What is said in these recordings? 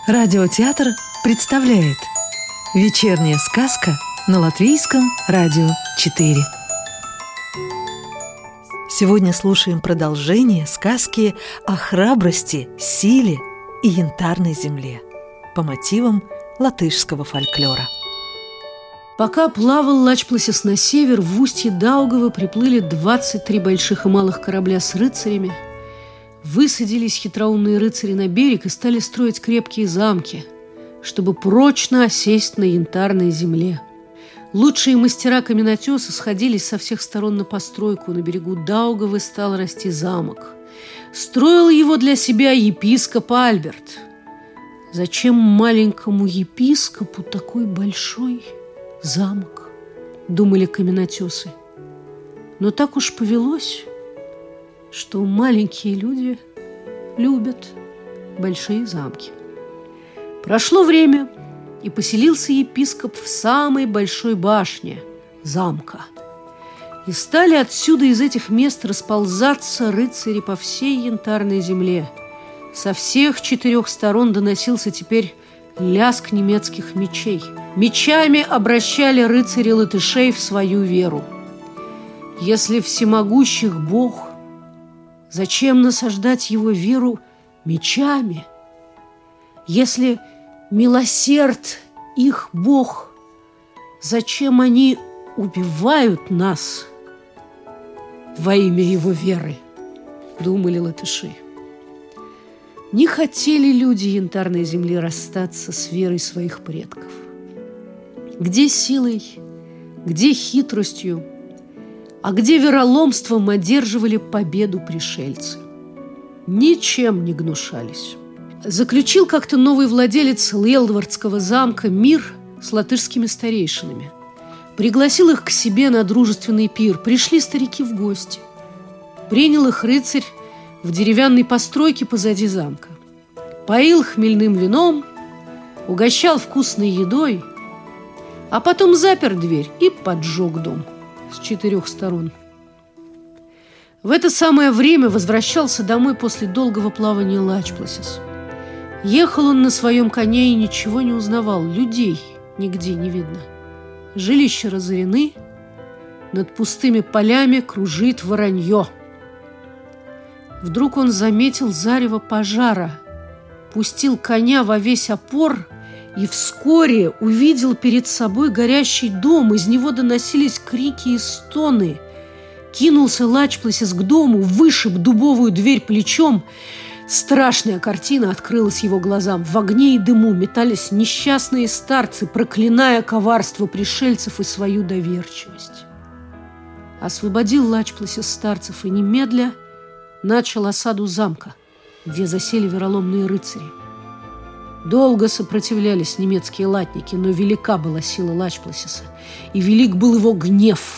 Радиотеатр представляет «Вечерняя сказка» на Латвийском радио 4. Сегодня слушаем продолжение сказки о храбрости, силе и янтарной земле по мотивам латышского фольклора. Пока плавал Лачпласис на север, в устье Даугавы приплыли 23 больших и малых корабля с рыцарями. Высадились хитроумные рыцари на берег и стали строить крепкие замки, чтобы прочно осесть на янтарной земле. Лучшие мастера-каменотесы сходились со всех сторон на постройку. На берегу Даугавы стал расти замок. Строил его для себя епископ Альберт. Зачем маленькому епископу такой большой замок, думали каменотесы. Но так уж повелось, что маленькие люди любят большие замки. Прошло время, и поселился епископ в самой большой башне замка. И стали отсюда из этих мест расползаться рыцари по всей янтарной земле. Со всех 4 сторон доносился теперь лязг немецких мечей. Мечами обращали рыцари латышей в свою веру. Если всемогущих Бог, зачем насаждать его веру мечами? Если милосерд их Бог, зачем они убивают нас во имя его веры? Думали латыши. Не хотели люди янтарной земли расстаться с верой своих предков. Где силой, где хитростью, а где вероломством одерживали победу пришельцы. Ничем не гнушались. Заключил как-то новый владелец Лелдвардского замка мир с латышскими старейшинами. Пригласил их к себе на дружественный пир. Пришли старики в гости. Принял их рыцарь в деревянной постройке позади замка. Поил хмельным вином, угощал вкусной едой, а потом запер дверь и поджег дом с 4 сторон. В это самое время возвращался домой после долгого плавания Лачпласис. Ехал он на своем коне и ничего не узнавал. Людей нигде не видно. Жилища разорены, над пустыми полями кружит воронье. Вдруг он заметил зарево пожара, пустил коня во весь опор и вскоре увидел перед собой горящий дом. Из него доносились крики и стоны. Кинулся Лачпласис к дому, вышиб дубовую дверь плечом. Страшная картина открылась его глазам. В огне и дыму метались несчастные старцы, проклиная коварство пришельцев и свою доверчивость. Освободил Лачпласис старцев и немедля начал осаду замка, где засели вероломные рыцари. Долго сопротивлялись немецкие латники, но велика была сила Лачпласиса, и велик был его гнев.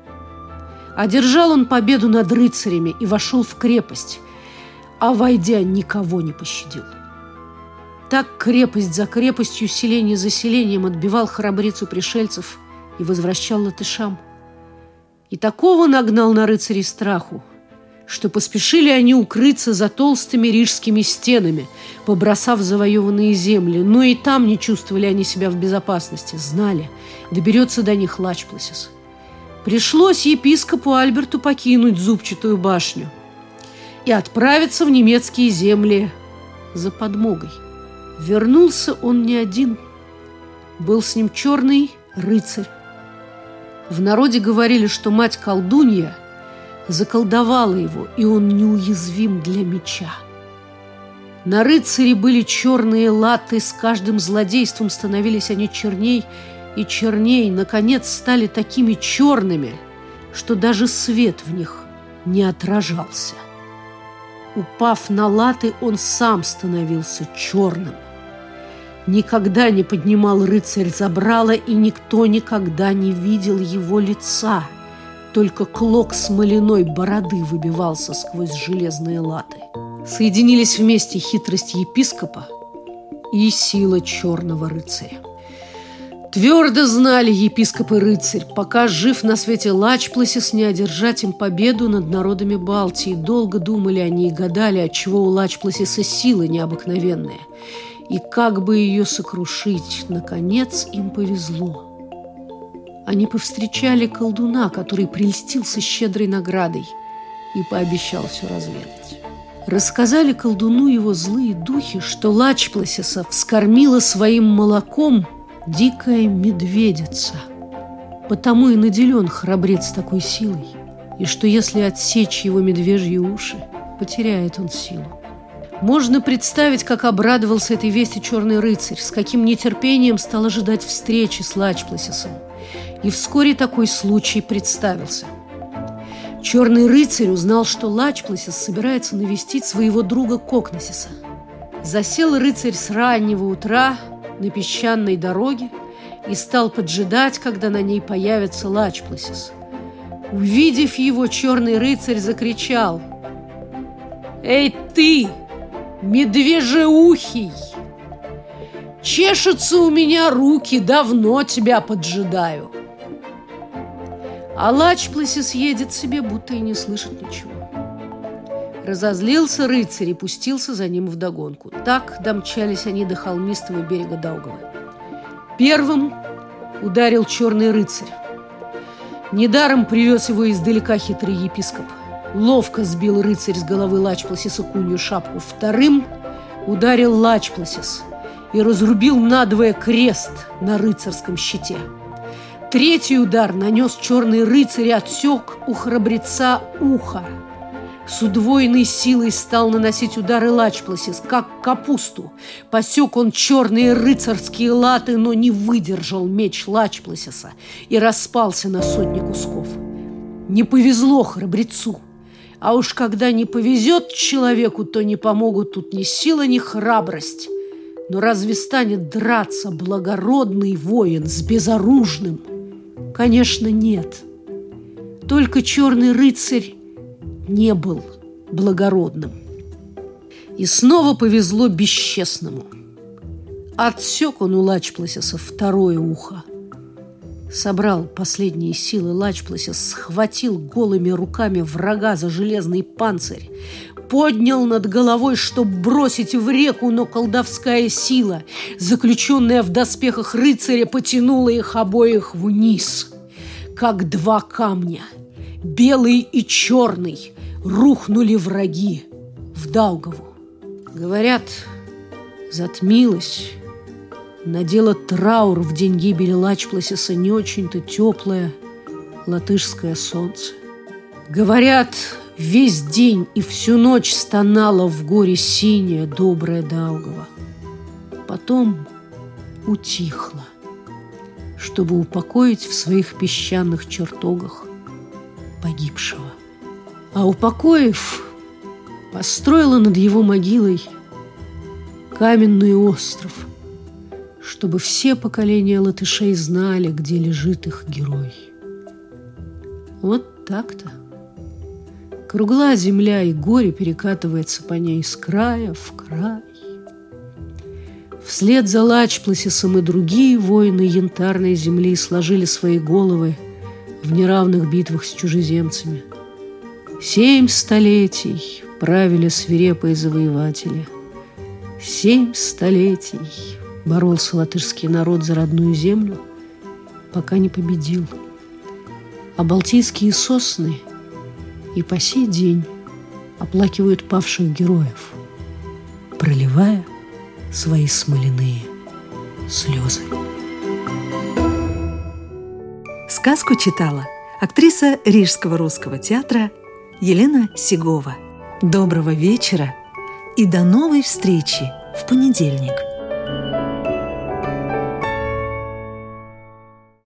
Одержал он победу над рыцарями и вошел в крепость, а, войдя, никого не пощадил. Так крепость за крепостью, селение за селением отбивал храбрицу пришельцев и возвращал латышам. И такого нагнал на рыцарей страху, что поспешили они укрыться за толстыми рижскими стенами, побросав завоеванные земли. Но и там не чувствовали они себя в безопасности, знали, доберется до них Лачпласис. Пришлось епископу Альберту покинуть зубчатую башню и отправиться в немецкие земли за подмогой. Вернулся он не один, был с ним черный рыцарь. В народе говорили, что мать-колдунья заколдовала его, и он неуязвим для меча. На рыцаре были черные латы, с каждым злодейством становились они черней и черней, наконец стали такими черными, что даже свет в них не отражался. Упав на латы, он сам становился черным. Никогда не поднимал рыцарь забрала, и никто никогда не видел его лица. Только клок смоляной бороды выбивался сквозь железные латы. Соединились вместе хитрость епископа и сила черного рыцаря. Твердо знали епископ и рыцарь, пока жив на свете Лачпласис, не одержать им победу над народами Балтии. Долго думали они и гадали, отчего у Лачпласиса сила необыкновенная. И как бы ее сокрушить, наконец им повезло. Они повстречали колдуна, который прельстился щедрой наградой и пообещал все разведать. Рассказали колдуну его злые духи, что Лачпласиса вскормила своим молоком дикая медведица. Потому и наделен храбрец такой силой, и что если отсечь его медвежьи уши, потеряет он силу. Можно представить, как обрадовался этой вести черный рыцарь, с каким нетерпением стал ожидать встречи с Лачпласисом. И вскоре такой случай представился. Черный рыцарь узнал, что Лачпласис собирается навестить своего друга Кокносиса. Засел рыцарь с раннего утра на песчаной дороге и стал поджидать, когда на ней появится Лачпласис. Увидев его, черный рыцарь закричал: «Эй ты, медвежеухий! Чешутся у меня руки, давно тебя поджидаю!» А Лачпласис едет себе, будто и не слышит ничего. Разозлился рыцарь и пустился за ним вдогонку. Так домчались они до холмистого берега Даугавы. Первым ударил черный рыцарь. Недаром привез его издалека хитрый епископ. Ловко сбил рыцарь с головы Лачпласиса кунью шапку. Вторым ударил Лачпласис и разрубил надвое крест на рыцарском щите. Третий удар нанес черный рыцарь и отсек у храбреца ухо. С удвоенной силой стал наносить удары Лачпласис, как капусту. Посек он черные рыцарские латы, но не выдержал меч Лачпласиса и распался на сотни кусков. Не повезло храбрецу. А уж когда не повезет человеку, то не помогут тут ни сила, ни храбрость. Но разве станет драться благородный воин с безоружным? Конечно, нет. Только черный рыцарь не был благородным. И снова повезло бесчестному. Отсек он у Лачпласиса второе ухо. Собрал последние силы Лачпласис, схватил голыми руками врага за железный панцирь, поднял над головой, чтоб бросить в реку, но колдовская сила, заключенная в доспехах рыцаря, потянула их обоих вниз, как два камня. Белый и черный рухнули враги в Даугаву. Говорят, затмилась, надела траур в день гибели Лачпласиса не очень-то теплое латышское солнце. Говорят, весь день и всю ночь стонала в горе синяя добрая Даугава. Потом утихла, чтобы упокоить в своих песчаных чертогах погибшего. А упокоив, построила над его могилой каменный остров, чтобы все поколения латышей знали, где лежит их герой. Вот так-то. Кругла земля, и горе перекатывается по ней с края в край. Вслед за Лачпласисом и другие воины янтарной земли сложили свои головы в неравных битвах с чужеземцами. 7 столетий правили свирепые завоеватели. 7 столетий боролся латышский народ за родную землю, пока не победил. А балтийские сосны и по сей день оплакивают павших героев, проливая свои смоляные слезы. Сказку читала актриса Рижского русского театра Елена Сигова. Доброго вечера и до новой встречи в понедельник.